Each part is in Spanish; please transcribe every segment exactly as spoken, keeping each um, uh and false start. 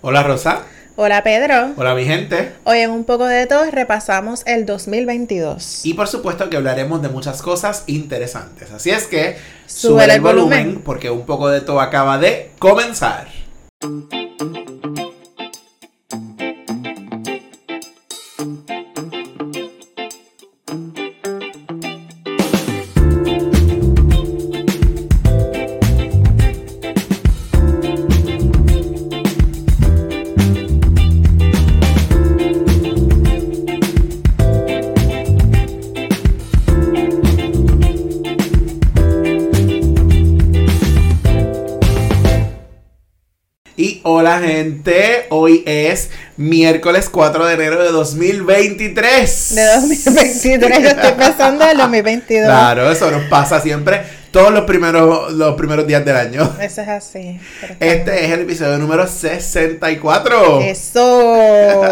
Hola Rosa. Hola Pedro. Hola mi gente. Hoy en Un Poco de Todo repasamos el dos mil veintidós. Y por supuesto que hablaremos de muchas cosas interesantes. Así es que sube el volumen, volumen porque Un Poco de Todo acaba de comenzar. Hola gente, hoy es miércoles cuatro de enero de dos mil veintitrés. De dos mil veintitrés, yo estoy pensando en dos mil veintidós. Claro, eso nos pasa siempre todos los primeros, los primeros días del año. Eso es así. Este es el episodio número sesenta y cuatro. ¡Eso!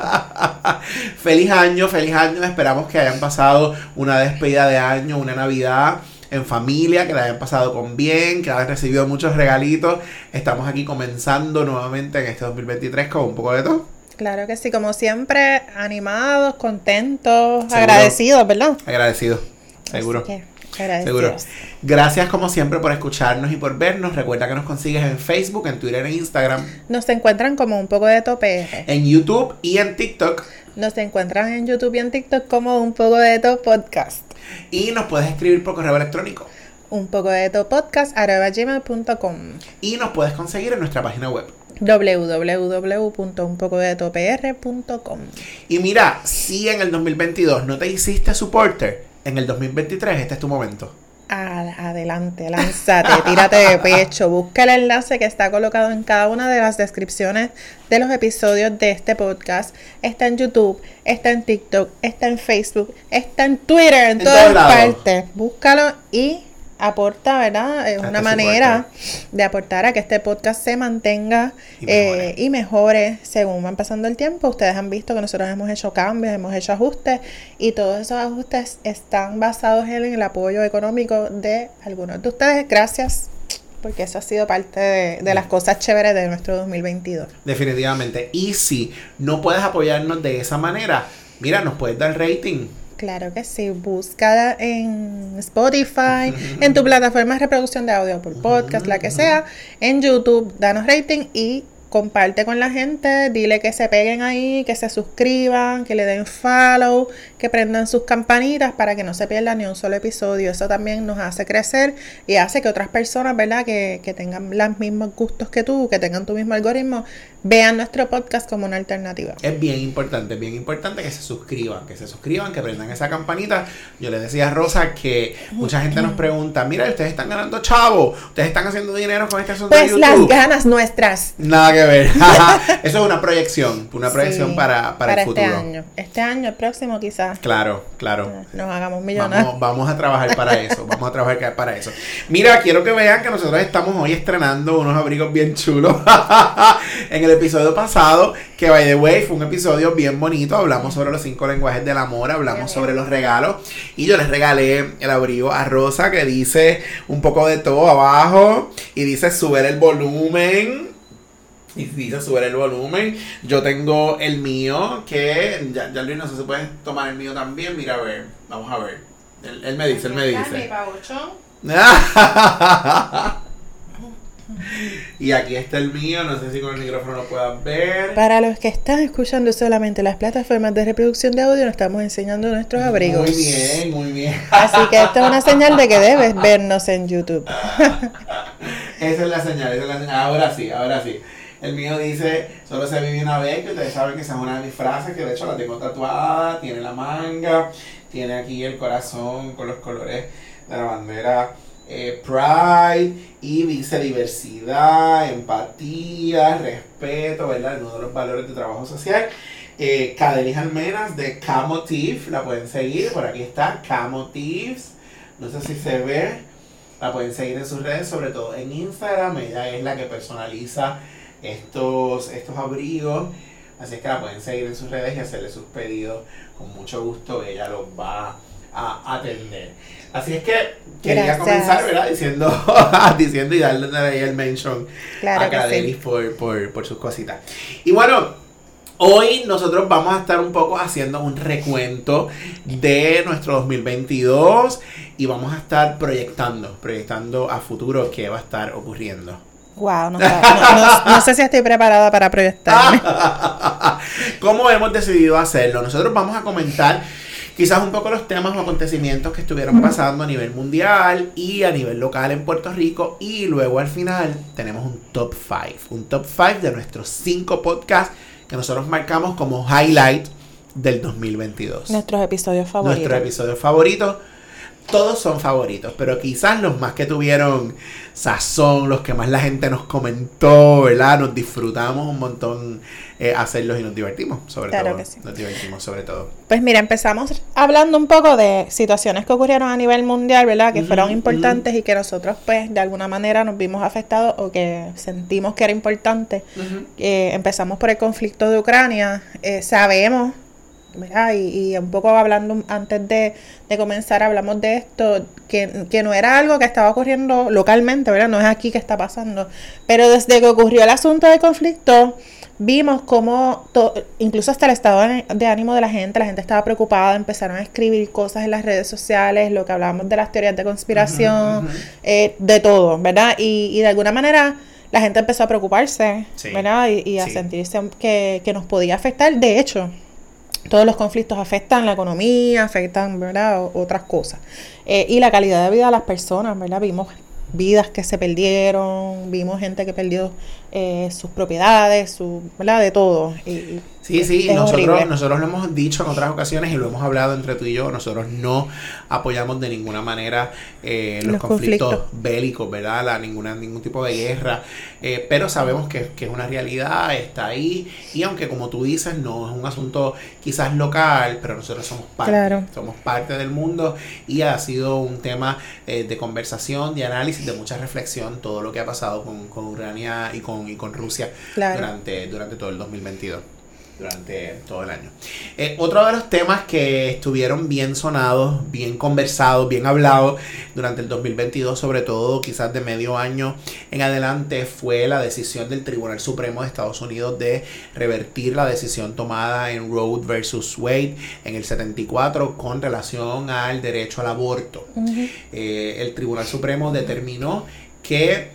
Feliz año, feliz año. Esperamos que hayan pasado una despedida de año, una Navidad en familia, que la hayan pasado con bien, que hayan recibido muchos regalitos. Estamos aquí comenzando nuevamente en este dos mil veintitrés con un poco de todo. Claro que sí, como siempre, animados, contentos, ¿seguro? Agradecidos, ¿verdad? Agradecidos, seguro. Así que, agradecidos. Seguro. Gracias como siempre por escucharnos y por vernos. Recuerda que nos consigues en Facebook, en Twitter, en Instagram. Nos encuentran como Un Poco de Todo P R. En YouTube y en TikTok. Nos encuentran en YouTube y en TikTok como Un Poco de Todo Podcast. Y nos puedes escribir por correo electrónico. Un poco de todo podcast arroba gmail punto com. Y nos puedes conseguir en nuestra página web doble u doble u doble u punto un poco de todo p r punto com. Y mira, si en el dos mil veintidós no te hiciste supporter, en el dos mil veintitrés este es tu momento. Adelante, lánzate, tírate de pecho, busca el enlace que está colocado en cada una de las descripciones de los episodios de este podcast. Está en YouTube, está en TikTok, está en Facebook, está en Twitter, en, en todas partes. Búscalo y aporta, ¿verdad? Es una manera de aportar a que este podcast se mantenga y mejore. Eh, y mejore según va pasando el tiempo. Ustedes han visto que nosotros hemos hecho cambios, hemos hecho ajustes y todos esos ajustes están basados en el apoyo económico de algunos de ustedes. Gracias, porque eso ha sido parte de, de las cosas chéveres de nuestro dos mil veintidós. Definitivamente. Y si no puedes apoyarnos de esa manera, mira, nos puedes dar rating. Claro que sí, búscala en Spotify, en tu plataforma de reproducción de audio por podcast, la que sea, en YouTube, danos rating y comparte con la gente, dile que se peguen ahí, que se suscriban, que le den follow, que prendan sus campanitas para que no se pierdan ni un solo episodio. Eso también nos hace crecer y hace que otras personas, ¿verdad? Que, que tengan los mismos gustos que tú, que tengan tu mismo algoritmo, vean nuestro podcast como una alternativa. Es bien importante, bien importante que se suscriban, que se suscriban, que prendan esa campanita. Yo les decía a Rosa que mucha gente nos pregunta, mira, ustedes están ganando chavo, ustedes están haciendo dinero con este asunto pues de YouTube. Pues las ganas nuestras. Nada que ver. Eso es una proyección, una proyección sí, para, para, para el este futuro. Año. Este año, el próximo quizás. Claro, claro. Nos hagamos millonarios. Vamos, vamos a trabajar para eso, vamos a trabajar para eso. Mira, quiero que vean que nosotros estamos hoy estrenando unos abrigos bien chulos. En el episodio pasado, que by the way, fue un episodio bien bonito, hablamos sobre los cinco lenguajes del amor, hablamos sobre los regalos, y yo les regalé el abrigo a Rosa que dice un poco de todo abajo, y dice subir el volumen. Y dice subir el volumen. Yo tengo el mío, que ya, ya Luis, no sé si puedes tomar el mío también. Mira, a ver, vamos a ver. Él, él me dice, él me dice. Y aquí está el mío, no sé si con el micrófono lo puedan ver. Para los que están escuchando solamente las plataformas de reproducción de audio, nos estamos enseñando nuestros abrigos. Muy bien, muy bien. Así que esto es una señal de que debes vernos en YouTube. Esa es la señal, esa es la señal. Ahora sí, ahora sí. El mío dice, solo se vive una vez, que ustedes saben que esa es una de mis frases, que de hecho la tengo tatuada, tiene la manga, tiene aquí el corazón con los colores de la bandera eh, Pride, y dice diversidad, empatía, respeto, ¿verdad? Uno de los valores de trabajo social. Eh, Cadelis Almenas de Camotif, la pueden seguir, por aquí está, Camotifs, no sé si se ve, la pueden seguir en sus redes, sobre todo en Instagram, ella es la que personaliza estos, estos abrigos, así es que la pueden seguir en sus redes y hacerle sus pedidos con mucho gusto. Ella los va a atender. Así es que quería Gracias. comenzar, ¿verdad? Diciendo, diciendo y darle ahí el mention Claro a que Cadelis sí. por, por, por sus cositas. Y bueno, hoy nosotros vamos a estar un poco haciendo un recuento de nuestro dos mil veintidós y vamos a estar proyectando, proyectando a futuro qué va a estar ocurriendo. Wow, no, no, no, no sé si estoy preparada para proyectarme. ¿Cómo hemos decidido hacerlo? Nosotros vamos a comentar quizás un poco los temas o acontecimientos que estuvieron pasando a nivel mundial y a nivel local en Puerto Rico. Y luego al final tenemos un top cinco. Un top cinco de nuestros cinco podcasts que nosotros marcamos como highlight del dos mil veintidós. Nuestros episodios favoritos. Nuestros episodios favoritos. Todos son favoritos, pero quizás los más que tuvieron sazón, los que más la gente nos comentó, ¿verdad? Nos disfrutamos un montón eh, hacerlos y nos divertimos, sobre Claro todo. que sí. Nos divertimos, sobre todo. Pues mira, empezamos hablando un poco de situaciones que ocurrieron a nivel mundial, ¿verdad? Que Uh-huh, fueron importantes uh-huh. y que nosotros, pues, de alguna manera nos vimos afectados o que sentimos que era importante. Uh-huh. Eh, empezamos por el conflicto de Ucrania. Eh, sabemos, ¿verdad? Y, y un poco hablando antes de, de comenzar, hablamos de esto, que, que no era algo que estaba ocurriendo localmente, ¿verdad? No es aquí que está pasando. Pero desde que ocurrió el asunto del conflicto, vimos cómo, to, incluso hasta el estado de, de ánimo de la gente, la gente estaba preocupada, empezaron a escribir cosas en las redes sociales, lo que hablábamos de las teorías de conspiración, uh-huh, uh-huh. Eh, de todo, ¿verdad? Y, y de alguna manera la gente empezó a preocuparse, sí, ¿verdad? Y, y a sí. sentirse que, que nos podía afectar. De hecho, todos los conflictos afectan la economía, afectan, ¿verdad?, o, otras cosas. Eh, y la calidad de vida de las personas, ¿verdad? Vimos vidas que se perdieron, vimos gente que perdió eh, sus propiedades, su, ¿verdad?, de todo. Y, sí, sí, nosotros, nosotros lo hemos dicho en otras ocasiones y lo hemos hablado entre tú y yo, nosotros no apoyamos de ninguna manera eh, los, los conflictos, conflictos bélicos, ¿verdad? La, ninguna, ningún tipo de guerra, eh, pero sabemos que, que es una realidad, está ahí, y aunque como tú dices, no es un asunto quizás local, pero nosotros somos parte, claro. somos parte del mundo y ha sido un tema eh, de conversación, de análisis, de mucha reflexión, todo lo que ha pasado con, con Ucrania y con, y con Rusia claro. durante, durante todo el dos mil veintidós. Durante todo el año. Eh, otro de los temas que estuvieron bien sonados, bien conversados, bien hablados durante el dos mil veintidós, sobre todo quizás de medio año en adelante, fue la decisión del Tribunal Supremo de Estados Unidos de revertir la decisión tomada en Roe versus Wade en el setenta y cuatro con relación al derecho al aborto. Uh-huh. Eh, el Tribunal Supremo determinó que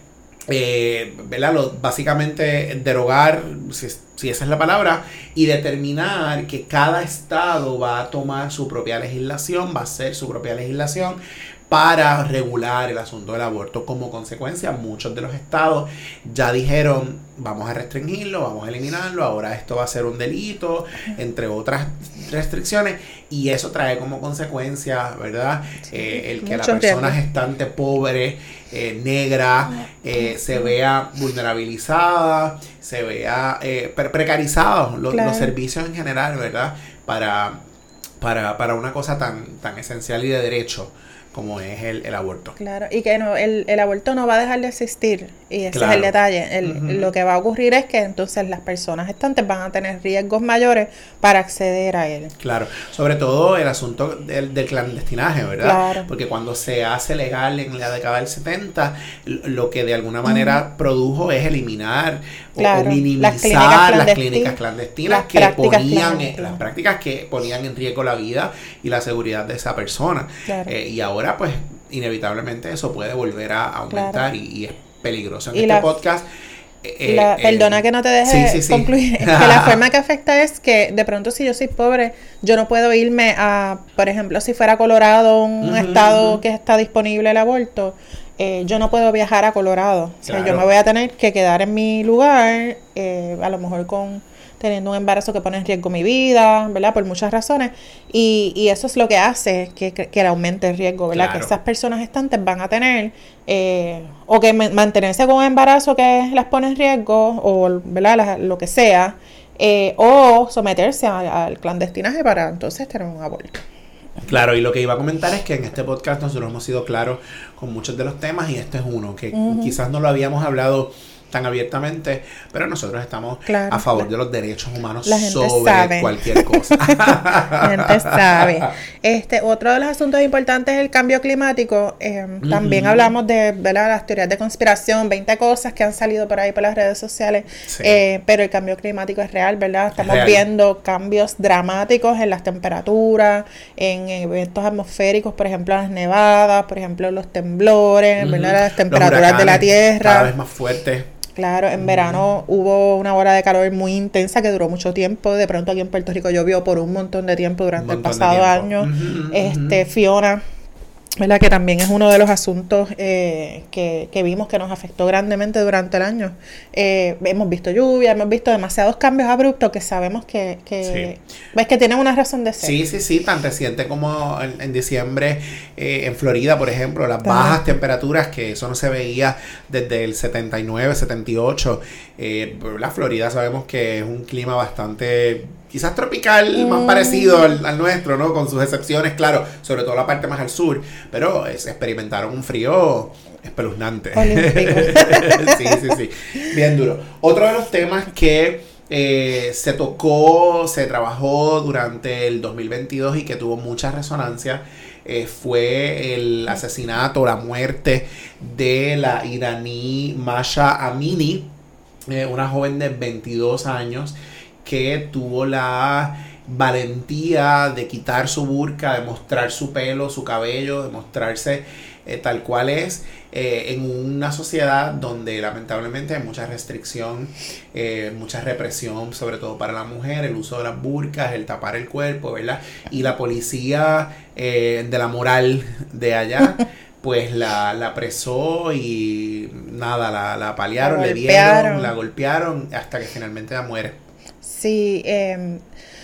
Eh, ¿verdad? Lo, básicamente derogar, si, si esa es la palabra, y determinar que cada estado va a tomar su propia legislación, va a hacer su propia legislación para regular el asunto del aborto. Como consecuencia, muchos de los estados ya dijeron, vamos a restringirlo, vamos a eliminarlo, ahora esto va a ser un delito, entre otras restricciones, y eso trae como consecuencia, ¿verdad? Sí, eh, el que la persona tiempo. gestante pobre, eh, negra, eh, se vea vulnerabilizada, se vea eh, pre- precarizada, lo, claro. los servicios en general, ¿verdad? Para, para, para una cosa tan, tan esencial y de derecho como es el, el aborto. Claro, y que no, el, el aborto no va a dejar de existir, y ese claro. es el detalle. El, uh-huh. Lo que va a ocurrir es que entonces las personas gestantes van a tener riesgos mayores para acceder a él. Claro, sobre todo el asunto del, del clandestinaje, ¿verdad? Claro. Porque cuando se hace legal en la década del setenta, lo que de alguna manera uh-huh. produjo es eliminar claro. o, o minimizar las clínicas, las clínicas clandestinas las que ponían eh, las prácticas que ponían en riesgo la vida y la seguridad de esa persona. Claro. Eh, y ahora pues inevitablemente eso puede volver a aumentar claro. y, y es peligroso. En y este la, podcast eh, la, eh, perdona que no te deje sí, sí, sí. concluir, que la forma que afecta es que de pronto si yo soy pobre, yo no puedo irme a, por ejemplo, si fuera Colorado, un uh-huh, estado uh-huh. que está disponible el aborto, eh, yo no puedo viajar a Colorado, claro. o sea, yo me voy a tener que quedar en mi lugar, eh, a lo mejor con teniendo un embarazo que pone en riesgo mi vida, ¿verdad? Por muchas razones. Y, y eso es lo que hace que, que, que aumente el riesgo, ¿verdad? Claro. Que esas personas gestantes van a tener, eh, o que me, mantenerse con un embarazo que las pone en riesgo, o, ¿verdad? La, lo que sea, eh, o someterse a, al clandestinaje para entonces tener un aborto. Claro, y lo que iba a comentar es que en este podcast nosotros hemos sido claros con muchos de los temas y este es uno que uh-huh. quizás no lo habíamos hablado tan abiertamente, pero nosotros estamos claro, a favor claro. de los derechos humanos La gente sobre sabe. cualquier cosa. La gente sabe. Este, otro de los asuntos importantes es el cambio climático. Eh, uh-huh. También hablamos de, ¿verdad?, las teorías de conspiración, veinte cosas que han salido por ahí por las redes sociales, sí. eh, pero el cambio climático es real, ¿verdad? Estamos real. viendo cambios dramáticos en las temperaturas, en eventos atmosféricos, por ejemplo, las nevadas, por ejemplo, los temblores, uh-huh. ¿verdad?, las temperaturas de la tierra. Cada vez más fuertes. Claro, en verano uh-huh. hubo una ola de calor muy intensa que duró mucho tiempo. De pronto aquí en Puerto Rico llovió por un montón de tiempo durante el pasado año. Uh-huh, este, uh-huh. Fiona, ¿verdad?, que también es uno de los asuntos eh, que, que vimos que nos afectó grandemente durante el año. Eh, hemos visto lluvia, hemos visto demasiados cambios abruptos que sabemos que, que, sí. ves que tienen una razón de ser. Sí, sí, sí, tan reciente como en, en diciembre eh, en Florida, por ejemplo, las Ajá. bajas temperaturas, que eso no se veía desde el setenta y nueve, setenta y ocho. Eh, la Florida sabemos que es un clima bastante... quizás tropical, mm. más parecido al, al nuestro, ¿no? Con sus excepciones, claro, sobre todo la parte más al sur, pero es, experimentaron un frío espeluznante. sí, sí, sí, bien duro. Otro de los temas que eh, se tocó, se trabajó durante el dos mil veintidós y que tuvo mucha resonancia eh, fue el asesinato, la muerte de la iraní Masha Amini, eh, una joven de veintidós años, que tuvo la valentía de quitar su burka, de mostrar su pelo, su cabello, de mostrarse eh, tal cual es, eh, en una sociedad donde lamentablemente hay mucha restricción, eh, mucha represión, sobre todo para la mujer, el uso de las burkas, el tapar el cuerpo, ¿verdad? Y la policía eh, de la moral de allá pues la, la apresó y nada, la, la apalearon, la le dieron, la golpearon hasta que finalmente la muere. Sí, eh,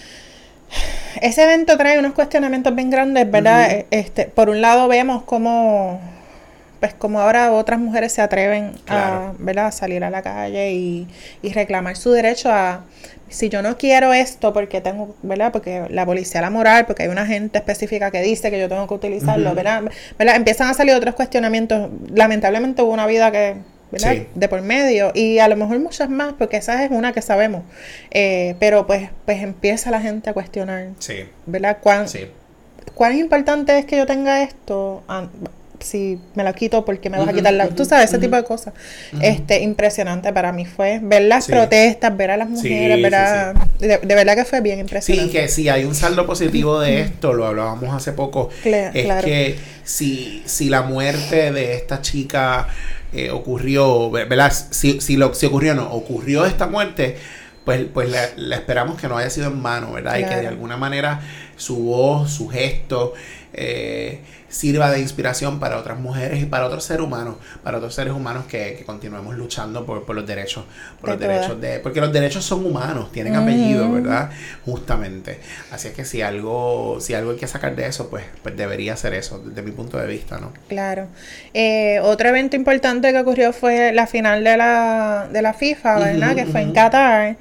ese evento trae unos cuestionamientos bien grandes, ¿verdad? Uh-huh. Este, por un lado vemos cómo, pues como ahora otras mujeres se atreven claro. a, ¿verdad?, a salir a la calle y, y reclamar su derecho a, si yo no quiero esto porque tengo, ¿verdad?, porque la policía la moral, porque hay una gente específica que dice que yo tengo que utilizarlo, uh-huh. ¿verdad? ¿verdad? Empiezan a salir otros cuestionamientos. Lamentablemente hubo una vida que... ¿verdad? Sí. De por medio, y a lo mejor muchas más, porque esa es una que sabemos, eh, pero pues pues empieza la gente a cuestionar, sí. ¿verdad? ¿Cuán, sí. ¿Cuán importante es que yo tenga esto? Ah, si me lo quito, porque me vas uh-huh, a quitar la... Uh-huh, tú sabes, ese uh-huh. tipo de cosas. Uh-huh. Este, impresionante para mí fue ver las sí. protestas, ver a las mujeres, sí, ver a... Sí, sí. De, de verdad que fue bien impresionante. Sí, que si hay un saldo positivo de esto, lo hablábamos hace poco, Cle- es claro. que si, si la muerte de esta chica eh, ocurrió, ¿verdad? Si, si, lo, si ocurrió o no, ocurrió esta muerte, pues, pues la, la esperamos que no haya sido en vano, ¿verdad? Claro. Y que de alguna manera su voz, su gesto, eh, sirva de inspiración para otras mujeres y para otros seres humanos, para otros seres humanos que, que continuemos luchando por, por los derechos, por de los todas. derechos de, porque los derechos son humanos, tienen mm. apellido, ¿verdad? Justamente. Así es que si algo, si algo hay que sacar de eso, pues, pues debería ser eso, desde mi punto de vista, ¿no? Claro. Eh, otro evento importante que ocurrió fue la final de la, de la FIFA, ¿verdad? Uh-huh, que uh-huh. fue en Qatar.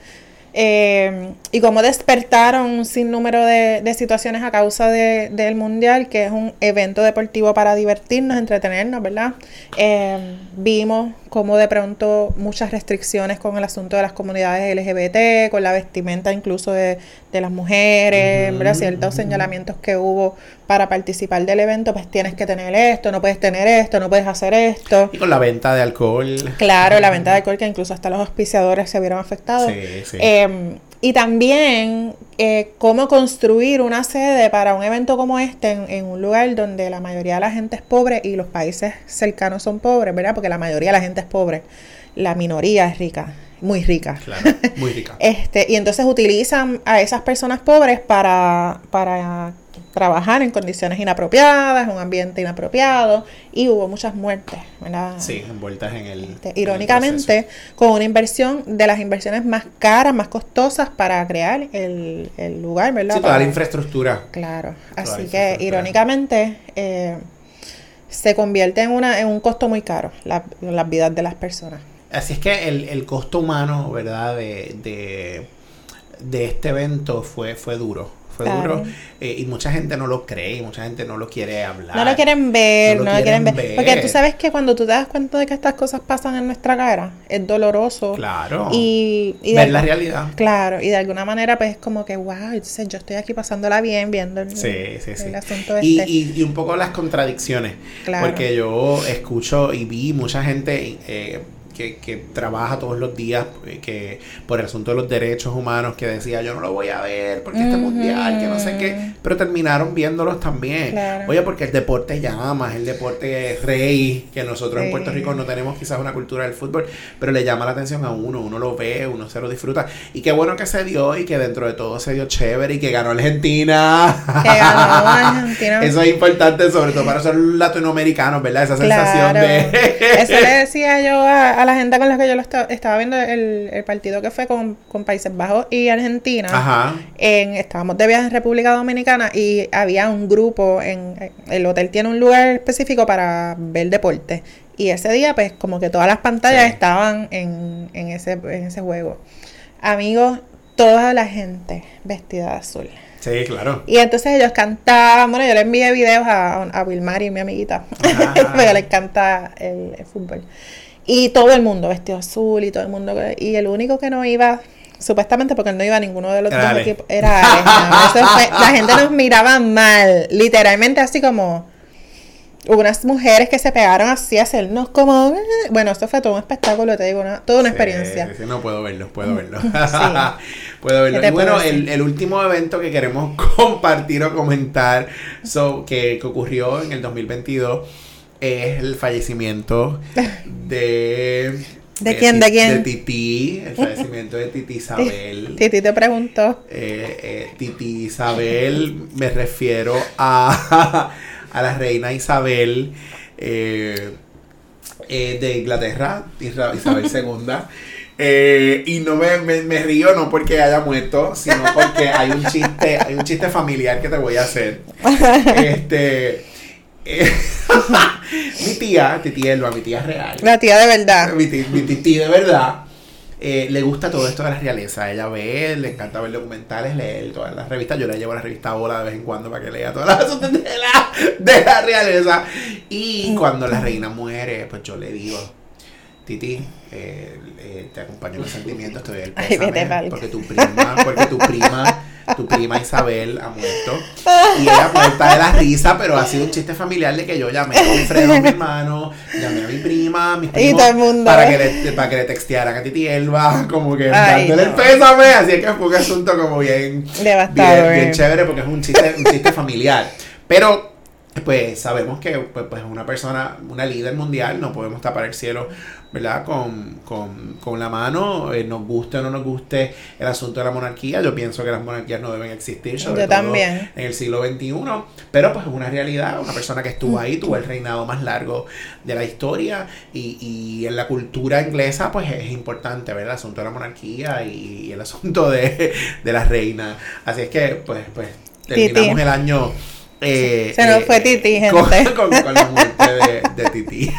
Eh, y cómo despertaron un sinnúmero de, de situaciones a causa de, del Mundial, que es un evento deportivo para divertirnos, entretenernos, ¿verdad? Eh, vimos cómo de pronto muchas restricciones con el asunto de las comunidades L G B T, con la vestimenta incluso de, de las mujeres, uh-huh, ¿verdad? Ciertos uh-huh. señalamientos que hubo para participar del evento, pues tienes que tener esto, no puedes tener esto, no puedes hacer esto. Y con la venta de alcohol. Claro, uh-huh. la venta de alcohol, que incluso hasta los auspiciadores se vieron afectados. Sí, sí. Eh, y también eh, cómo construir una sede para un evento como este en, en un lugar donde la mayoría de la gente es pobre y los países cercanos son pobres, ¿verdad? Porque la mayoría de la gente es pobre, la minoría es rica, muy rica. Claro, muy rica. este, y entonces utilizan a esas personas pobres para, para trabajar en condiciones inapropiadas, un ambiente inapropiado, y hubo muchas muertes, ¿verdad? Sí, envueltas en el este, irónicamente, en el con una inversión de las inversiones más caras, más costosas para crear el, el lugar, ¿verdad? Sí, toda para, la infraestructura. Claro, así que irónicamente eh, se convierte en una en un costo muy caro la, las vidas de las personas. Así es que el, el costo humano, ¿verdad? De, de, de este evento fue, fue duro. fue Claro. duro. Eh, y mucha gente no lo cree, y mucha gente no lo quiere hablar. No lo quieren ver, No no lo lo quieren quieren ver. ver. Porque tú sabes que cuando tú te das cuenta de que estas cosas pasan en nuestra cara, es doloroso. Claro. Y, y de Ver la algu- realidad. Claro, y de alguna manera pues es como que, wow, entonces yo estoy aquí pasándola bien viendo el, Sí, sí, el sí. asunto Y, este. y, y un poco las contradicciones. Claro. Porque yo escucho y vi mucha gente eh, que, que trabaja todos los días eh, que por el asunto de los derechos humanos, que decía yo no lo voy a ver porque este Ujú. mundial, que no sé qué, pero terminaron viéndolos también. Claro. Oye, porque el deporte llama, es el deporte rey, que nosotros en Sí. Puerto Rico no tenemos quizás una cultura del fútbol, pero le llama la atención a uno, uno lo ve, uno se lo disfruta. Y qué bueno que se dio y que dentro de todo se dio chévere y que ganó Argentina. Que ganó Argentina. Eso es importante, sobre todo para ser latinoamericanos, ¿verdad? Esa sensación Claro. de... Eso le decía yo a, a la gente con la que yo lo esta- estaba viendo el, el partido que fue con, con Países Bajos y Argentina. Ajá. En, estábamos de viaje en República Dominicana y había un grupo en el hotel tiene un lugar específico para ver deporte y ese día pues como que todas las pantallas Sí. estaban en, en ese en ese juego. Amigos, toda la gente vestida de azul. Sí, claro. Y entonces ellos cantaban, bueno, yo le envié videos a, a Wilmar y mi amiguita, Ajá. porque le encanta el, el fútbol. Y todo el mundo vestido azul y todo el mundo, que- y el único que no iba, supuestamente porque no iba a ninguno de los Era dos Ale. equipos, era Alex. ¿No? Eso fue- la gente nos miraba mal, literalmente así como hubo unas mujeres que se pegaron así a hacernos como, "Eh". Bueno, esto fue todo un espectáculo, te digo, una, toda una Sí, experiencia. sí, sí, no puedo verlo, puedo verlo. Sí. Puedo verlo. ¿Qué te Y bueno, puedo decir? el, el último evento que queremos compartir o comentar so, que, que ocurrió en el dos mil veintidós es el fallecimiento de... ¿De quién, de quién? De Titi, el fallecimiento de Titi Isabel. Titi te preguntó. Eh, eh, Titi Isabel, me refiero a, a la reina Isabel eh, eh, de Inglaterra, Isra- Isabel segunda. Eh, y no me, me, me río no porque haya muerto, sino porque hay un chiste, hay un chiste familiar que te voy a hacer. Este eh, mi tía, Titi Elba, mi tía real. La tía de verdad. Mi ti- mi titi de verdad eh, le gusta todo esto de la realeza. Ella ve, le encanta ver documentales, leer todas las revistas. Yo le llevo la revista Bola de vez en cuando para que lea todas las asuntos de la, de la realeza. Y cuando la reina muere, pues yo le digo, Titi, eh, eh, te acompaño en los sentimientos, te doy el Ay, vete pésame, pa'l- porque tu prima, porque tu prima, tu prima Isabel ha muerto. Y ella muerta de la risa, pero ha sido un chiste familiar de que yo llamé a Wilfredo, mi hermano, llamé a mi prima, mis primos, todo el mundo. para que le, para que le textearan a Titi Elba, como que Ay, dándole no. el pésame, así es que fue un asunto como bien, Devastador. bien, bien chévere, porque es un chiste, un chiste familiar. Pero pues sabemos que pues, pues una persona, una líder mundial, no podemos tapar el cielo, ¿verdad? Con, con, con la mano, eh, nos guste o no nos guste el asunto de la monarquía. Yo pienso que las monarquías no deben existir, sobre Yo todo también. en el siglo veintiuno, pero pues es una realidad, una persona que estuvo ahí, tuvo el reinado más largo de la historia y, y en la cultura inglesa pues es importante, ¿verdad? El asunto de la monarquía y, y el asunto de, de la reina. Así es que pues, pues terminamos Titi. el año... Eh, Se nos eh, fue Titi, con, gente. con, con la muerte de, de Titi.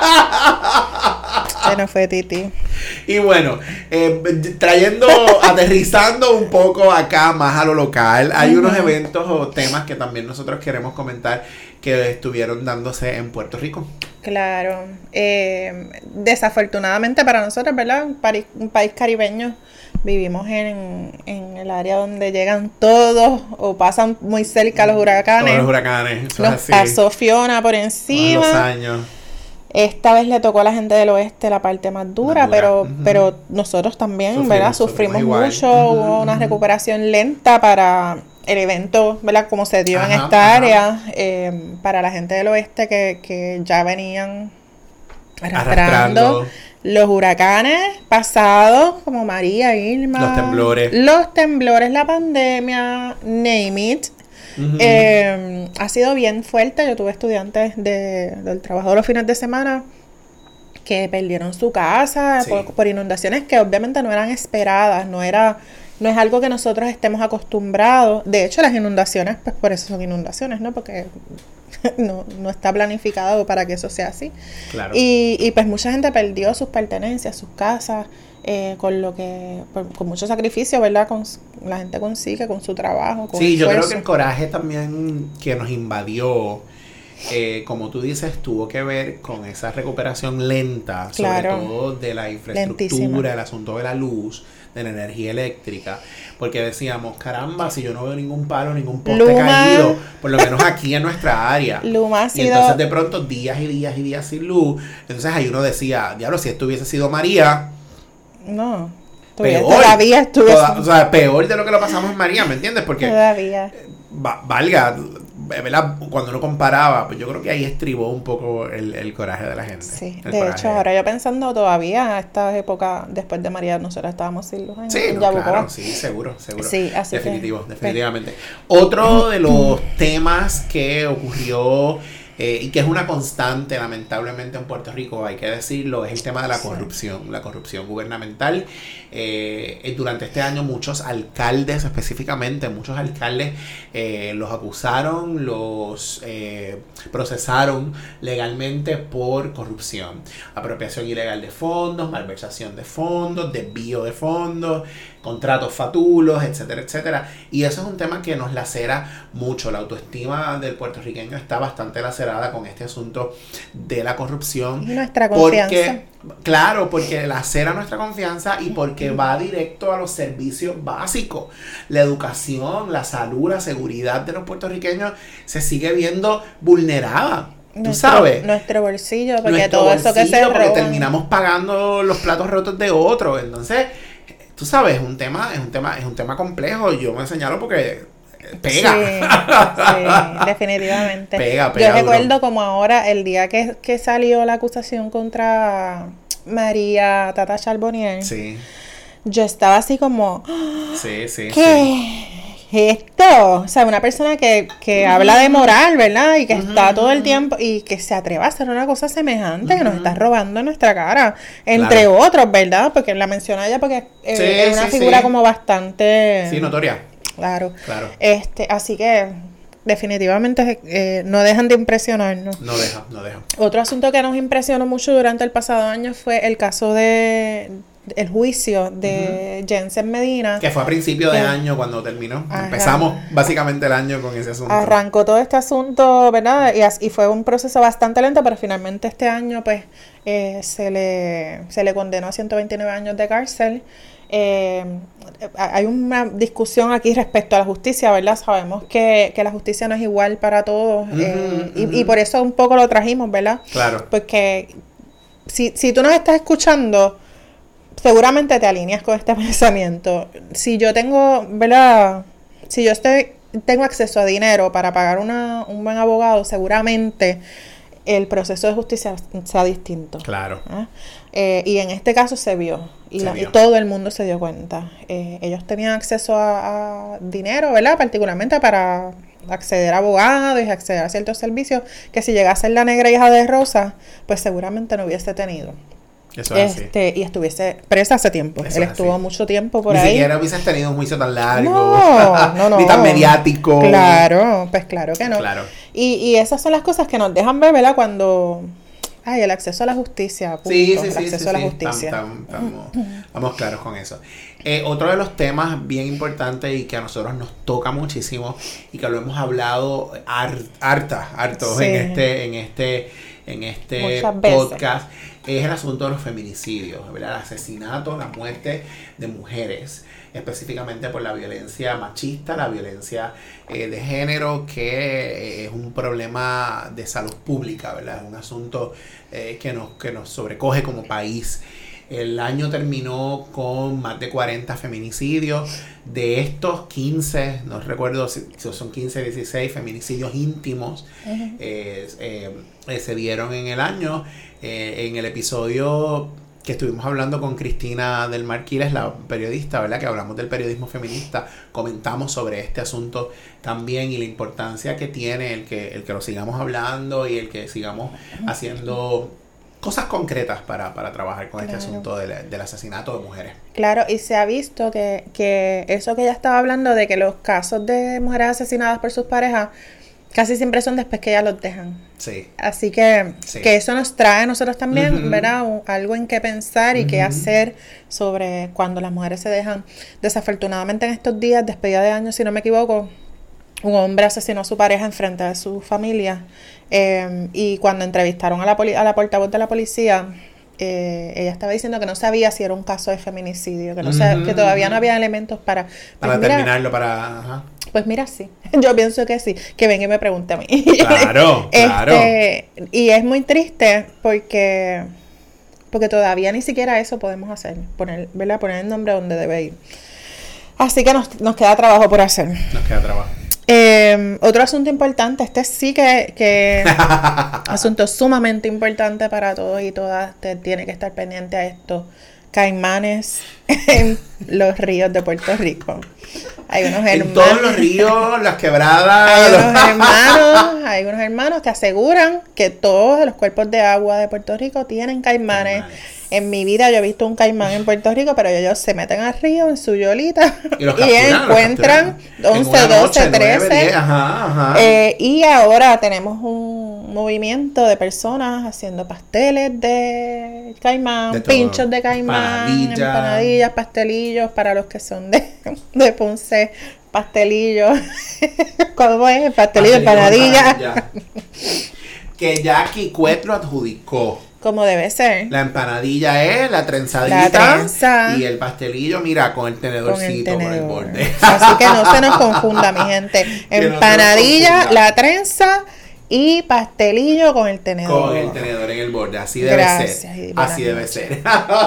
Se nos fue Titi. Y bueno, eh, trayendo, aterrizando un poco acá más a lo local, hay unos eventos o temas que también nosotros queremos comentar que estuvieron dándose en Puerto Rico. Claro. Eh, desafortunadamente para nosotros, ¿verdad? Un, pari- un país caribeño. Vivimos en, en el área donde llegan todos o pasan muy cerca los huracanes. Todos los huracanes, eso Nos es así. pasó Fiona por Todos encima. los años. Esta vez le tocó a la gente del oeste la parte más dura, Más dura. pero, Ujú. pero nosotros también, Sufrimos, ¿verdad? sufrimos Sufrimos igual. mucho, Ujú, hubo una ujú. recuperación lenta para el evento, ¿verdad? Como se dio en Ajá, esta ajá. área, eh, para la gente del oeste que, que ya venían arrastrando, Arrastrando. los huracanes pasados, como María, Irma, Los temblores. los temblores, la pandemia, name it. Ujú. Eh, ha sido bien fuerte. Yo tuve estudiantes de, del trabajo de los fines de semana que perdieron su casa Sí. por, por inundaciones que obviamente no eran esperadas, no era, no es algo que nosotros estemos acostumbrados. De hecho, las inundaciones, pues por eso son inundaciones, ¿no? Porque no, no está planificado para que eso sea así. Claro. Y, y pues mucha gente perdió sus pertenencias, sus casas, eh, con lo que, por, con mucho sacrificio, ¿verdad? Con, la gente consigue con su trabajo, con Sí, yo esfuerzo. creo que el coraje también que nos invadió, eh, como tú dices, tuvo que ver con esa recuperación lenta, Claro. sobre todo de la infraestructura, Lentísima. el asunto de la luz, de la energía eléctrica, porque decíamos, caramba, si yo no veo ningún palo, ningún poste Luma. caído, por lo menos aquí en nuestra área. Luma ha Y sido- entonces de pronto días y días y días sin luz, entonces ahí uno decía, diablo, si esto hubiese sido María, No, todavía, peor, todavía estuve... toda- o sea, peor de lo que lo pasamos en María, ¿me entiendes? Porque Todavía. va- valga, ¿verdad? Cuando uno comparaba, pues yo creo que ahí estribó un poco el, el coraje de la gente. Sí, el de coraje. hecho, ahora yo pensando todavía a esta época, después de María, nosotros estábamos sin luz en, Sí, en no, Yabucoa. claro, sí, seguro, seguro. Sí, así que- Definitivo, definitivamente. Otro de los temas que ocurrió eh, y que es una constante, lamentablemente, en Puerto Rico, hay que decirlo, es el tema de la Sí. corrupción, la corrupción gubernamental. Eh, durante este año muchos alcaldes, específicamente, muchos alcaldes eh, los acusaron, los eh, procesaron legalmente por corrupción, apropiación ilegal de fondos, malversación de fondos, desvío de fondos, contratos fatulos, etcétera, etcétera. Y eso es un tema que nos lacera mucho. La autoestima del puertorriqueño está bastante lacerada con este asunto de la corrupción. Y nuestra confianza. Porque, claro, porque lacera nuestra confianza y porque va directo a los servicios básicos. La educación, la salud, la seguridad de los puertorriqueños se sigue viendo vulnerada. Tú Nuestro- sabes. Nuestro bolsillo, porque Nuestro todo eso que se bolsillo, porque roban. terminamos pagando los platos rotos de otros. Entonces, tú sabes, es un tema, es un tema, es un tema complejo. Yo me señalo porque pega. Sí, sí, definitivamente. Pega, pega Yo recuerdo duro. como ahora, el día que, que salió la acusación contra María Tata Charbonnier, Sí, yo estaba así como, sí, sí. sí. ¿qué es esto? O sea, una persona que, que habla de moral, ¿verdad? Y que está todo el tiempo y que se atreva a hacer una cosa semejante que nos está robando en nuestra cara, entre Claro. otros, ¿verdad? Porque la menciona ella porque eh, Sí, es una sí, figura sí. como bastante... Sí, notoria. Claro. Claro. Este, así que definitivamente eh, no dejan de impresionarnos. No deja, no deja. Otro asunto que nos impresionó mucho durante el pasado año fue el caso de el juicio de Jensen Medina. Que fue a principio de Que- año cuando terminó. Ajá. Empezamos básicamente el año con ese asunto. Arrancó todo este asunto, ¿verdad? Y, as- y fue un proceso bastante lento, pero finalmente este año, pues, eh, se le se le condenó a ciento veintinueve años de cárcel. Eh, hay una discusión aquí respecto a la justicia, ¿verdad? Sabemos que, que la justicia no es igual para todos, Ujú, eh, y, ujú. y por eso un poco lo trajimos, ¿verdad? Claro. Porque si, si tú nos estás escuchando, seguramente te alineas con este pensamiento. Si yo tengo, ¿verdad? Si yo estoy, tengo acceso a dinero para pagar una, un buen abogado, seguramente el proceso de justicia sea distinto. Claro. ¿Ah? Eh, y en este caso se vio. Y, Se la- vio. y todo el mundo se dio cuenta. Eh, ellos tenían acceso a, a dinero, ¿verdad? Particularmente para acceder a abogados y acceder a ciertos servicios que si llegase en la negra hija de Rosa, pues seguramente no hubiese tenido. Eso es así. Este, y estuviese presa hace tiempo. Eso Él es estuvo así. mucho tiempo por Ni ahí. siquiera hubieses tenido un juicio tan largo. No, no, no. Ni tan mediático. Claro, pues claro que no. Claro. Y, y esas son las cosas que nos dejan ver, ¿verdad? Cuando... Ay, el acceso a la justicia. Punto. Sí, sí, el sí, acceso sí, a la sí. justicia. Tam- tam- Estamos, estamos claros con eso. Eh, otro de los temas bien importantes y que a nosotros nos toca muchísimo y que lo hemos hablado har- harta, harto Sí. en este, en este, en este Muchas veces. podcast, es el asunto de los feminicidios, ¿verdad? El asesinato, la muerte de mujeres, específicamente por la violencia machista, la violencia eh, de género, que eh, es un problema de salud pública, ¿verdad? Es un asunto eh, que nos, que nos sobrecoge como país. El año terminó con más de cuarenta feminicidios. De estos quince, no recuerdo si si son quince, dieciséis feminicidios íntimos, Ujú. eh, eh, eh, se dieron en el año. Eh, en el episodio que estuvimos hablando con Cristina del Marquiles, la periodista, ¿verdad? Que hablamos del periodismo feminista, comentamos sobre este asunto también y la importancia que tiene el que, el que lo sigamos hablando y el que sigamos haciendo cosas concretas para, para trabajar con este Claro. asunto del, del asesinato de mujeres. Claro, y se ha visto que, que eso que ella estaba hablando de que los casos de mujeres asesinadas por sus parejas casi siempre son después que ya los dejan. Sí. Así que, Sí. que eso nos trae a nosotros también, Ujú. ¿verdad? Un- algo en qué pensar y qué Ujú. hacer sobre cuando las mujeres se dejan. Desafortunadamente en estos días, despedida de año, si no me equivoco, un hombre asesinó a su pareja enfrente de su familia. Eh, y cuando entrevistaron a la, poli- a la portavoz de la policía, eh, ella estaba diciendo que no sabía si era un caso de feminicidio, que, no sa- Ujú, que todavía no ujú. había elementos para... Para pues mira, terminarlo, para... Ajá. pues mira, sí. Yo pienso que sí. Que venga y me pregunte a mí. Claro, claro. Este, y es muy triste porque porque todavía ni siquiera eso podemos hacer. Poner, ¿verdad? Poner el nombre donde debe ir. Así que nos, nos queda trabajo por hacer. Nos queda trabajo. Eh, otro asunto importante, este sí que, que asunto sumamente importante para todos y todas. Usted tiene que estar pendiente a esto. Caimanes en los ríos de Puerto Rico. Hay unos hermanos. En todos los ríos, las quebradas. Hay los- unos hermanos, hay unos hermanos que aseguran que todos los cuerpos de agua de Puerto Rico tienen caimanes. Caimanes. En mi vida yo he visto un caimán en Puerto Rico, pero ellos se meten al río en su yolita Y los y capturan, los encuentran capturan. En once, una doce, noche, nueve, trece. diez, ajá, ajá. Eh, y ahora tenemos un movimiento de personas haciendo pasteles de caimán, De todo. pinchos de caimán, Empanadilla. empanadillas, pastelillos para los que son de, de Ponce, pastelillos. ¿Cómo es? Pastelillo, empanadilla. empanadilla. Que ya Kikwet lo adjudicó. Como debe ser. La empanadilla es la trenzadita. La trenza. Y el pastelillo, mira, con el tenedorcito, con el, tenedor. borde. Así que no se nos confunda, mi gente. Que no se nos Empanadilla, confunda. la trenza y pastelillo con el tenedor. Con el tenedor en el borde, así debe Gracias, ser. y buenas Así debe noches. ser.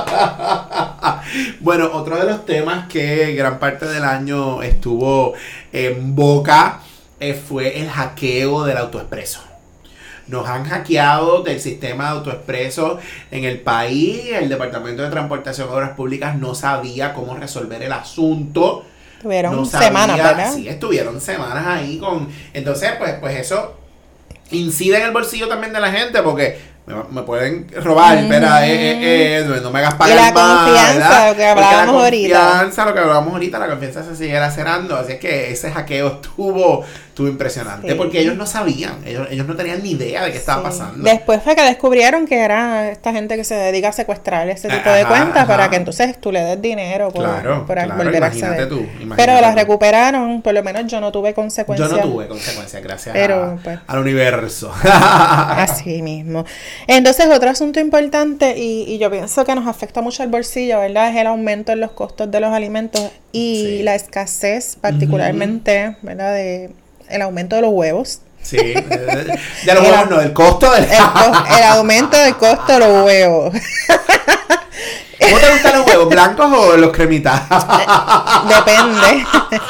Bueno, otro de los temas que gran parte del año estuvo en boca eh, fue el hackeo del AutoExpreso. Nos han hackeado del sistema de AutoExpreso en el país. El Departamento de Transportación y Obras Públicas no sabía cómo resolver el asunto. Tuvieron No sabía, semanas, ¿verdad? Sí, estuvieron semanas ahí con... Entonces, pues, pues eso incide en el bolsillo también de la gente porque me, me pueden robar, Ujú. espera, eh, eh, eh, no, no me hagas Y pagar la más, confianza, ¿verdad? lo que Porque hablábamos la ahorita. confianza, lo que hablábamos ahorita, la confianza se sigue lacerando, así es que ese hackeo estuvo, estuvo impresionante, Sí. porque ellos no sabían, ellos, ellos no tenían ni idea de qué estaba Sí. pasando. Después fue que descubrieron que era esta gente que se dedica a secuestrar ese tipo de Ajá, cuentas ajá. para que entonces tú le des dinero por, Claro, por claro, volver a imagínate acceder. tú, imagínate Pero las tú. recuperaron, por lo menos yo no tuve Yo consecuencias. no tuve consecuencias, gracias Pero, a- pues. al universo. Así mismo. Entonces, otro asunto importante, y, y yo pienso que nos afecta mucho al bolsillo, ¿verdad? Es el aumento en los costos de los alimentos y Sí. la escasez, particularmente, ¿verdad? De el aumento de los huevos. Sí, de, de- de los El- huevos no, del costo del... El, co- el aumento del costo de los huevos. ¿Cómo te gustan los huevos? ¿Blancos o los cremitas? Depende.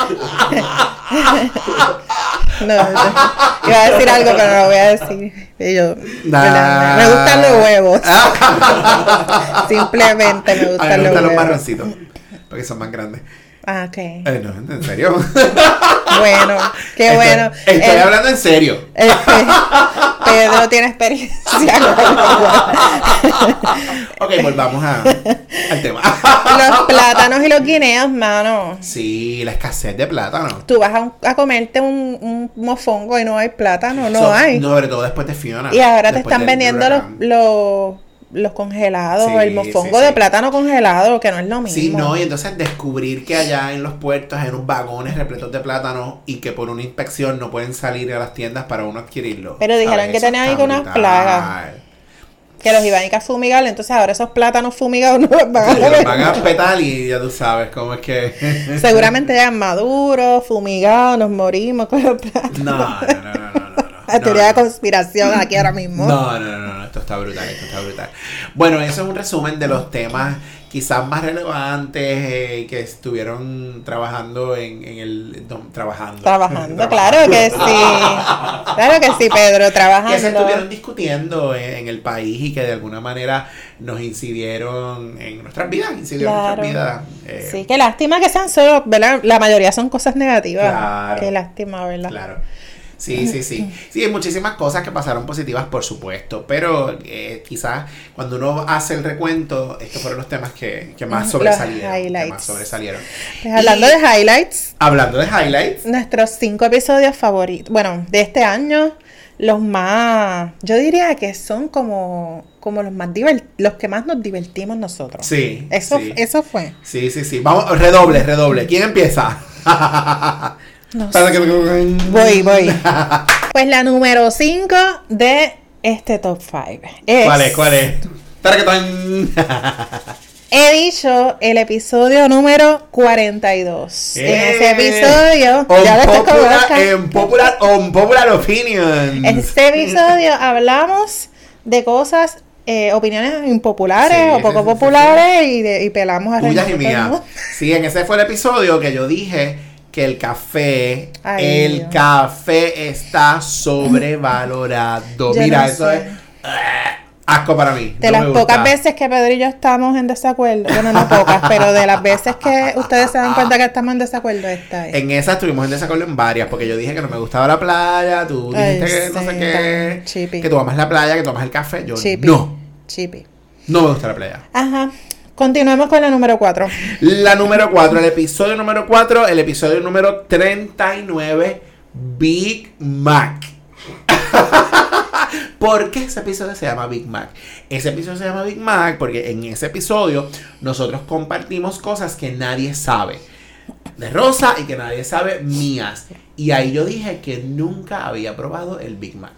No, no, iba a decir algo, pero no lo voy a decir. Y yo, ¿verdad? Me gustan los huevos. Simplemente me A mí gustan me los gustan los huevos. marroncitos, porque son más grandes. Ah, ok. Eh, no, en serio. Bueno, qué Estoy- bueno. Estoy El- hablando en serio. el- Pedro tiene experiencia con los huevos. Ok, volvamos a, al tema. Los plátanos y los guineos, mano. Sí, la escasez de plátano. Tú vas a, un- a comerte un, un mofongo y no hay plátano, no So- hay. No, sobre todo después de Fiona. Y ahora te después están del vendiendo los, huracán. los, los congelados, Sí, el mofongo sí, de sí. plátano congelado, que no es lo mismo. Sí, no, y entonces descubrir que allá en los puertos hay unos vagones repletos de plátano y que por una inspección no pueden salir a las tiendas para uno adquirirlo. Pero dijeron ¿Sabes? que Eso tenían ahí está con unas brutal. plagas. Que los iban a ir a fumigar, entonces ahora esos plátanos fumigados no los van a Sí, los ver. van a petar y ya tú sabes cómo es que... Seguramente ya maduros, fumigados, nos morimos con los plátanos. No, no, no, no, no, no, no. La teoría No, de no. conspiración aquí ahora mismo. No, no, no, no, esto está brutal, esto está brutal. Bueno, eso es un resumen de los temas quizás más relevantes eh, que estuvieron trabajando en, en el... no, trabajando. Trabajando, claro que sí. Claro que sí, Pedro, trabajando. Que se estuvieron discutiendo en, en el país y que de alguna manera nos incidieron en nuestras vidas, incidieron Claro. en nuestras vidas. eh, Sí, qué lástima que sean solo, ¿verdad? La mayoría son cosas negativas. Claro. Qué lástima, ¿verdad? Claro. Sí, sí, sí. Sí, hay muchísimas cosas que pasaron positivas, por supuesto, pero eh, quizás cuando uno hace el recuento, estos fueron los temas que, que más sobresalieron. Los highlights. Que más sobresalieron. Pues hablando Y, de highlights. Hablando de highlights. Nuestros cinco episodios favoritos, bueno, de este año, los más, yo diría que son como, como los más divert, los que más nos divertimos nosotros. Sí. Eso, sí. eso fue. Sí, sí, sí. Vamos, redoble, redoble. ¿Quién empieza? No sé. Voy, voy. Pues la número cinco de este top cinco es... ¿Cuál es? ¿Cuál es? Taraquetón. He dicho el episodio número cuarenta y dos. Eh, en ese episodio... ya le estoy popular, en popular, on popular opinion. En este episodio hablamos de cosas... Eh, opiniones impopulares Sí, o sí, poco sí, populares sí, sí. Y, de, y pelamos a tuyas y todo el mías. mundo. Sí, en ese fue el episodio que yo dije que el café, Ay, el Dios. café está sobrevalorado. Yo Mira, no eso sé. es eh, asco para mí. De no las me pocas gusta. veces que Pedro y yo estamos en desacuerdo, bueno, no pocas, pero de las veces que ustedes se dan cuenta que estamos en desacuerdo, esta es. En esa estuvimos en desacuerdo en varias, porque yo dije que no me gustaba la playa, tú dijiste Ay, que no sí, sé qué, tan chippy. que tú amas la playa, que tú amas el café. Yo Chippy. no, Chippy. no me gusta la playa. Ajá. Continuemos con la número cuatro. La número cuatro, el episodio número cuatro, el episodio número treinta y nueve, Big Mac. ¿Por qué ese episodio se llama Big Mac? Ese episodio se llama Big Mac porque en ese episodio nosotros compartimos cosas que nadie sabe de Rosa y que nadie sabe mías. Y ahí yo dije que nunca había probado el Big Mac.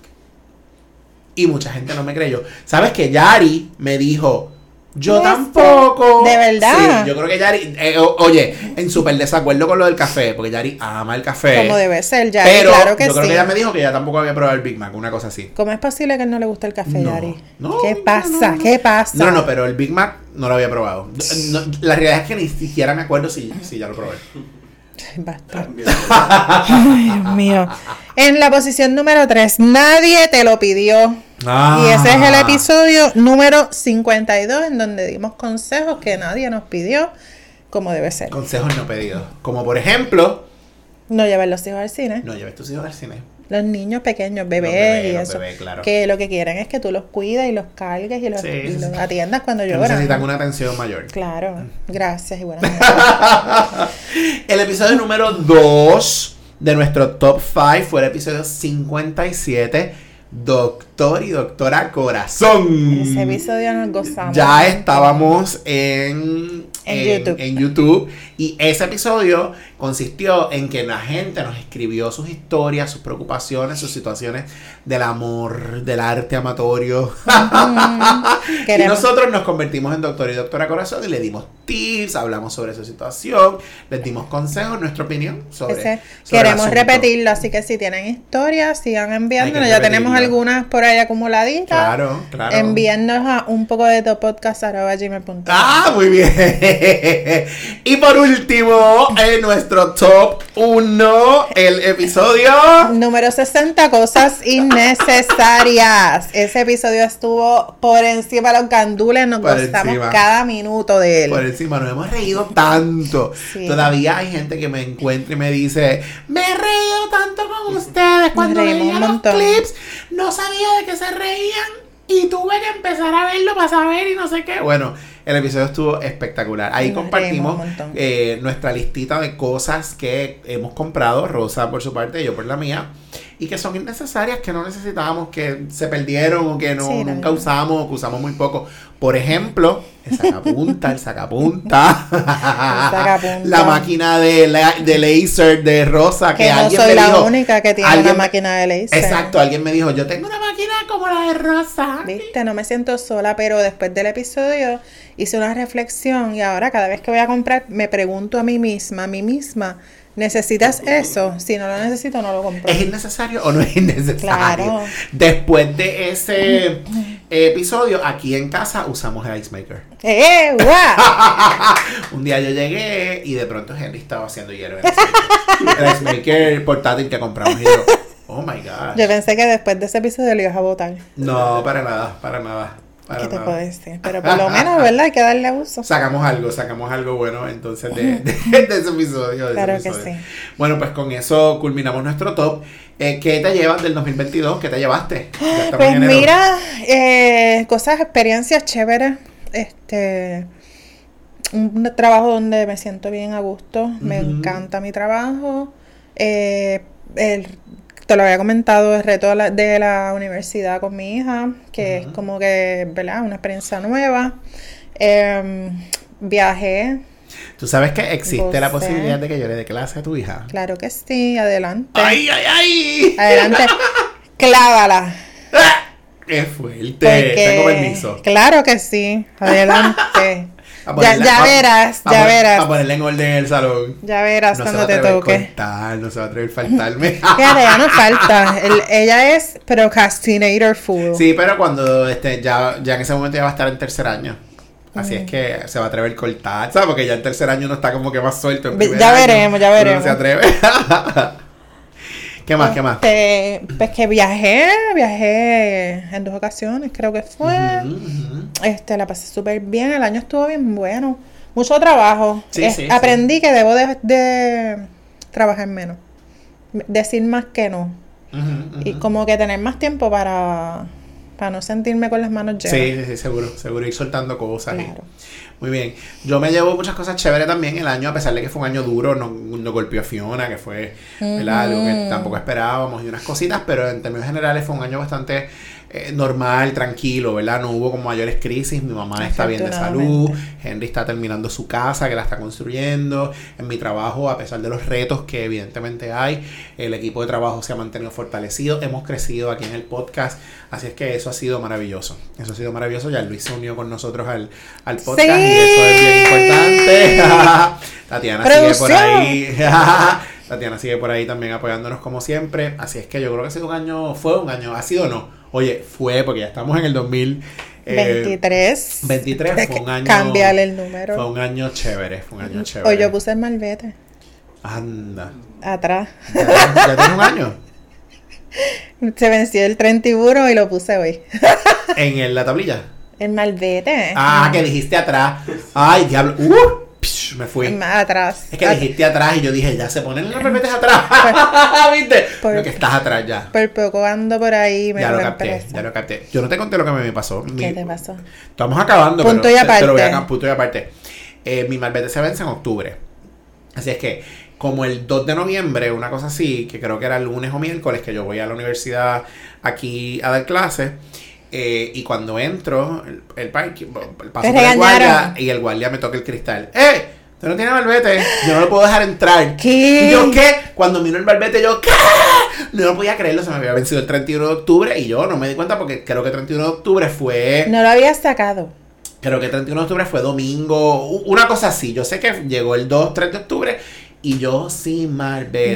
Y mucha gente no me creyó. ¿Sabes que Yari me dijo... Yo ¿Esto? tampoco. ¿De verdad? Sí, yo creo que Yari, eh, o- oye, en súper desacuerdo con lo del café, porque Yari ama el café. Como debe ser, ya. Pero Claro que yo creo sí. que ella me dijo que ella tampoco había probado el Big Mac, una cosa así. ¿Cómo es posible que a él no le guste el café, No, Yari? no, ¿Qué no, pasa? no, no. ¿Qué pasa? No, no, pero el Big Mac no lo había probado. No, la realidad es que ni siquiera me acuerdo si, si ya lo probé. Basta. Ay, Dios mío. En la posición número tres, nadie te lo pidió. Ah. Y ese es el episodio número cincuenta y dos, en donde dimos consejos que nadie nos pidió, como debe ser. Consejos no pedidos. Como por ejemplo, No llevar los hijos al cine. no lleves tus hijos al cine. Los niños pequeños, bebés, Los bebés, y los eso. bebés, claro. Que lo que quieren es que tú los cuides y los cargues y los, Sí, y sí, los sí. atiendas cuando Que lloran. necesitan una atención mayor. Claro. Gracias y buenas noches. El episodio número dos de nuestro top cinco fue el episodio cincuenta y siete, Doctor y Doctora Corazón. Ese episodio nos gozamos. Ya estábamos en, En YouTube. en YouTube. Y ese episodio consistió en que la gente nos escribió sus historias, sus preocupaciones, sus situaciones del amor, del arte amatorio. Y Queremos- nosotros nos convertimos en Doctor y Doctora Corazón y le dimos tips, hablamos sobre su situación, les dimos consejos, nuestra opinión sobre, Ese- sobre el queremos asunto. repetirlo, así que si tienen historias, sigan enviándonos. Hay Ya que tenemos repetirlo. algunas por ahí acumuladitas. Claro, claro. Envíennos a un poco de topodcast arroba gmail punto com. Ah, muy bien. Y por último, en nuestro top uno, el episodio... Número sesenta, cosas innecesarias. Ese episodio estuvo por encima de los gandules. Nos Por gozamos encima. cada minuto de él. Por encima, nos hemos reído tanto. Sí. Todavía hay gente que me encuentra y me dice, me he reído tanto con ustedes cuando reímos veía un los montón. clips, no sabía de qué se reían y tuve que empezar a verlo para saber y no sé qué. Bueno, el episodio estuvo espectacular. Ahí Nos compartimos reímos un montón. eh, nuestra listita de cosas que hemos comprado, Rosa por su parte y yo por la mía, y que son innecesarias, que no necesitábamos, que se perdieron o que no, Sí, la nunca verdad. usamos o que usamos muy poco. Por ejemplo, el sacapunta, el sacapunta, sacapunta. la máquina de, la, de laser de Rosa, que, Que no alguien soy me la dijo, única que tiene alguien una me- máquina de laser. Exacto, alguien me dijo, yo tengo una máquina como la de Rosa. Viste, no me siento sola, pero después del episodio hice una reflexión y ahora cada vez que voy a comprar me pregunto a mí misma, a mí misma, ¿necesitas eso? Si no lo necesito, no lo compro. ¿Es innecesario o no es innecesario? Claro. Después de ese episodio, aquí en casa usamos el Ice Maker. ¡Eh, guau! Un día yo llegué y de pronto Henry estaba haciendo hielo en el Ice Maker. El Ice Maker portátil que compramos y yo, oh my God. Yo pensé que después de ese episodio lo ibas a botar. No, para nada, para nada. Para ¿Qué te nada. puedo decir? Pero por lo menos, ¿verdad? Hay que darle uso. Sacamos algo, sacamos algo bueno entonces de, de, de ese episodio. De Claro ese que episodio. sí. Bueno, pues con eso culminamos nuestro top. Eh, ¿Qué te llevas del dos mil veintidós? ¿Qué te llevaste? Ya estamos Pues en enero. mira, eh, cosas, experiencias chéveres. Este, un trabajo donde me siento bien a gusto. Me Ujú. encanta mi trabajo. Eh, el, te lo había comentado, el reto de la, de la universidad con mi hija, que Ujú. es como que, ¿verdad? Una experiencia nueva. Eh, viajé, ¿Tú sabes que existe la Gocé. posibilidad de que yo le dé clase a tu hija? claro que sí, adelante. ¡Ay, ay, ay! Adelante, clávala. ¡Qué fuerte! Porque, Tengo permiso. claro que sí, adelante. A Ya, ponerla- ya a- verás, a ya pon- verás. A ponerle en orden en el salón. Ya verás No se va cuando a te atrever a toque. cortar, no se va a atrever a faltarme. Fíjate, ya no falta. El- ella es procrastinator full. Sí, pero cuando este, ya, ya en ese momento ya va a estar en tercer año. Así Mm. es que se va a atrever a cortar, ¿sabes? Porque ya en tercer año uno está como que más suelto. En Ve- primer ya año, veremos, ya uno veremos. No se atreve. ¿Qué más? ¿Qué más? Este, pues que viajé, viajé en dos ocasiones, creo que fue. Ujú, ujú. Este, la pasé súper bien, el año estuvo bien bueno. Mucho trabajo. Sí, Es- sí, aprendí que debo de, de trabajar menos. Decir más que no. Ujú, ujú. Y como que tener más tiempo para, para no sentirme con las manos llenas. Sí, sí, sí, seguro, seguro ir soltando cosas. y- Claro. Muy bien. Yo me llevo muchas cosas chéveres también el año, a pesar de que fue un año duro, no, no golpeó a Fiona, que fue ¿verdad? Algo que Ujú. tampoco esperábamos y unas cositas, pero en términos generales fue un año bastante eh, normal, tranquilo, ¿verdad? No hubo como mayores crisis, mi mamá está bien de salud, Henry está terminando su casa, que la está construyendo, en mi trabajo, a pesar de los retos que evidentemente hay, el equipo de trabajo se ha mantenido fortalecido, hemos crecido aquí en el podcast, así es que eso ha sido maravilloso, eso ha sido maravilloso, ya Luis se unió con nosotros al, al podcast Sí. y eso es bien importante. Tatiana sigue por ahí. Tatiana sigue por ahí también apoyándonos como siempre. Así es que yo creo que ha sido un año, fue un año, ha sido o no. Oye, fue porque ya estamos en el dos mil veintitrés. veintitrés Hay fue que un año. cambiarle el número. Fue un año chévere, fue un año chévere. O yo puse el malvete Anda. atrás. ¿Ya, tienes- ya tienes un año? Se venció el treinta y uno y lo puse hoy. En el- la tablilla. El malvete. Ah, que dijiste atrás. Ay, diablo. Uh, psh, me fui. Más atrás. Es que dijiste atrás y yo dije, ya se ponen las repetes atrás. ¿Viste? Por- Lo que estás atrás ya. Por poco ando por ahí. Me Ya lo lo capté, empresa. ya lo capté. Yo no te conté lo que me pasó. Mi- ¿Qué te pasó? Estamos acabando, Punto pero y te- te, lo voy a aparte. acá, punto y aparte. Eh, mi malvete se vence en octubre. Así es que, como el dos de noviembre, una cosa así, que creo que era el lunes o miércoles, que yo voy a la universidad aquí a dar clases. Eh, y cuando entro, el, el, parque- el paso Te por el guardia regañaron. y el guardia me toca el cristal. ¡Eh! Usted no tiene malvete. Yo no lo puedo dejar entrar. ¿Qué? ¿Y yo qué? Cuando miro el malvete, yo ¿qué? No lo podía creerlo. Se me había vencido el treinta y uno de octubre y yo no me di cuenta porque creo que el treinta y uno de octubre fue... No lo había sacado. Creo que el treinta y uno de octubre fue domingo. u- Una cosa así. Yo sé que llegó el dos, tres de octubre y yo sin malvete.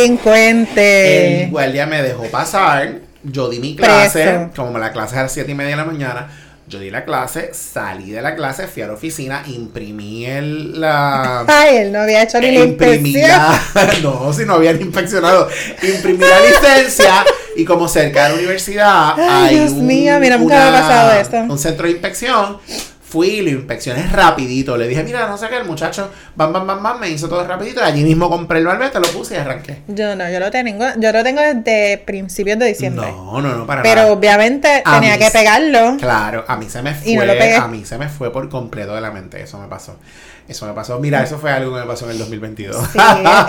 Delincuente. El guardia me dejó pasar. Yo di mi clase. Preso. Como la clase era a las siete y media de la mañana. Yo di la clase, salí de la clase, fui a la oficina, imprimí el, la... Ay, él no había hecho ni la imprimí inspección. la... No, si no habían inspeccionado. Imprimí la licencia y como cerca de la universidad Ay, hay Dios un, mío, a mí nunca me ha una- pasado eso. un centro de inspección. Fui y lo inspeccioné rapidito. Le dije, mira, no sé qué, el muchacho, bam, bam, bam, bam, me hizo todo rapidito. Y allí mismo compré el malvete, lo puse y arranqué. Yo no, yo lo tengo, yo lo tengo desde principios de diciembre. No, no, no, para Pero nada. obviamente A tenía mí que sí. pegarlo. Claro, a mí se me fue, Y no lo pegué. a mí se me fue por completo de la mente, eso me pasó. Eso me pasó, mira, eso fue algo que me pasó en el dos mil veintidós. Sí, eh,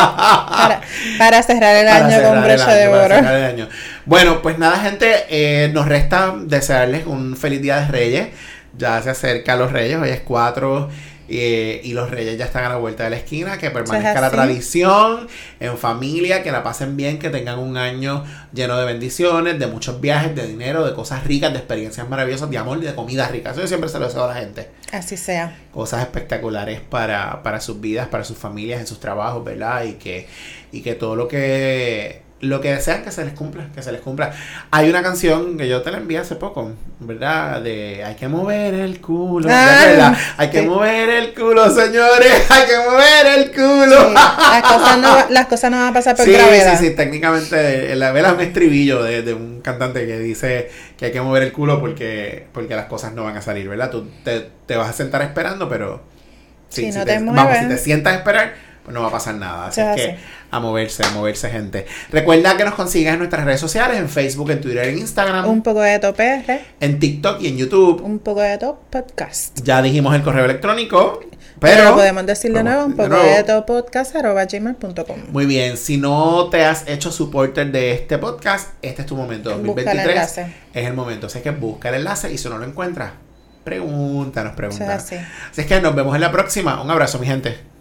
para, para cerrar el Para año cerrar con el broche de año, para oro. cerrar el año. Bueno, pues nada, gente, eh, nos resta desearles un feliz día de Reyes. Ya se acerca los Reyes, hoy es cuatro eh, y los Reyes ya están a la vuelta de la esquina. Que permanezca la así. tradición en familia, que la pasen bien, que tengan un año lleno de bendiciones, de muchos viajes, de dinero, de cosas ricas, de experiencias maravillosas, de amor y de comida rica. Eso yo siempre se lo deseo a la gente. Así sea. Cosas espectaculares para, para sus vidas, para sus familias, en sus trabajos, ¿verdad? Y que, y que todo lo que lo que desean que se les cumpla, que se les cumpla. Hay una canción que yo te la envié hace poco, ¿verdad? De hay que mover el culo, ah, ¿verdad? Hay que sí. mover el culo, señores, hay que mover el culo. Sí. Las, cosas no, las cosas no van a pasar por sí, gravedad. Sí, sí, técnicamente, la vela es un estribillo de, de un cantante que dice que hay que mover el culo porque, porque las cosas no van a salir, ¿verdad? Tú te, te vas a sentar esperando, pero sí, si, si, no te, te vamos, si te sientas a esperar, pues no va a pasar nada. Así es que a moverse, a moverse, gente. Recuerda que nos consigas en nuestras redes sociales, en Facebook, en Twitter, en Instagram. Un poco de Top R. En TikTok y en YouTube. Un poco de Top Podcast. Ya dijimos el correo electrónico. Pero, pero lo podemos decir de nuevo, un poco de, de Top Podcast arroba gmail punto com. Muy bien, si no te has hecho supporter de este podcast, este es tu momento. dos mil veintitrés el es el momento. Así que busca el enlace y si no lo encuentras, pregúntanos, pregúntanos. Sí, así. así es que nos vemos en la próxima. Un abrazo, mi gente.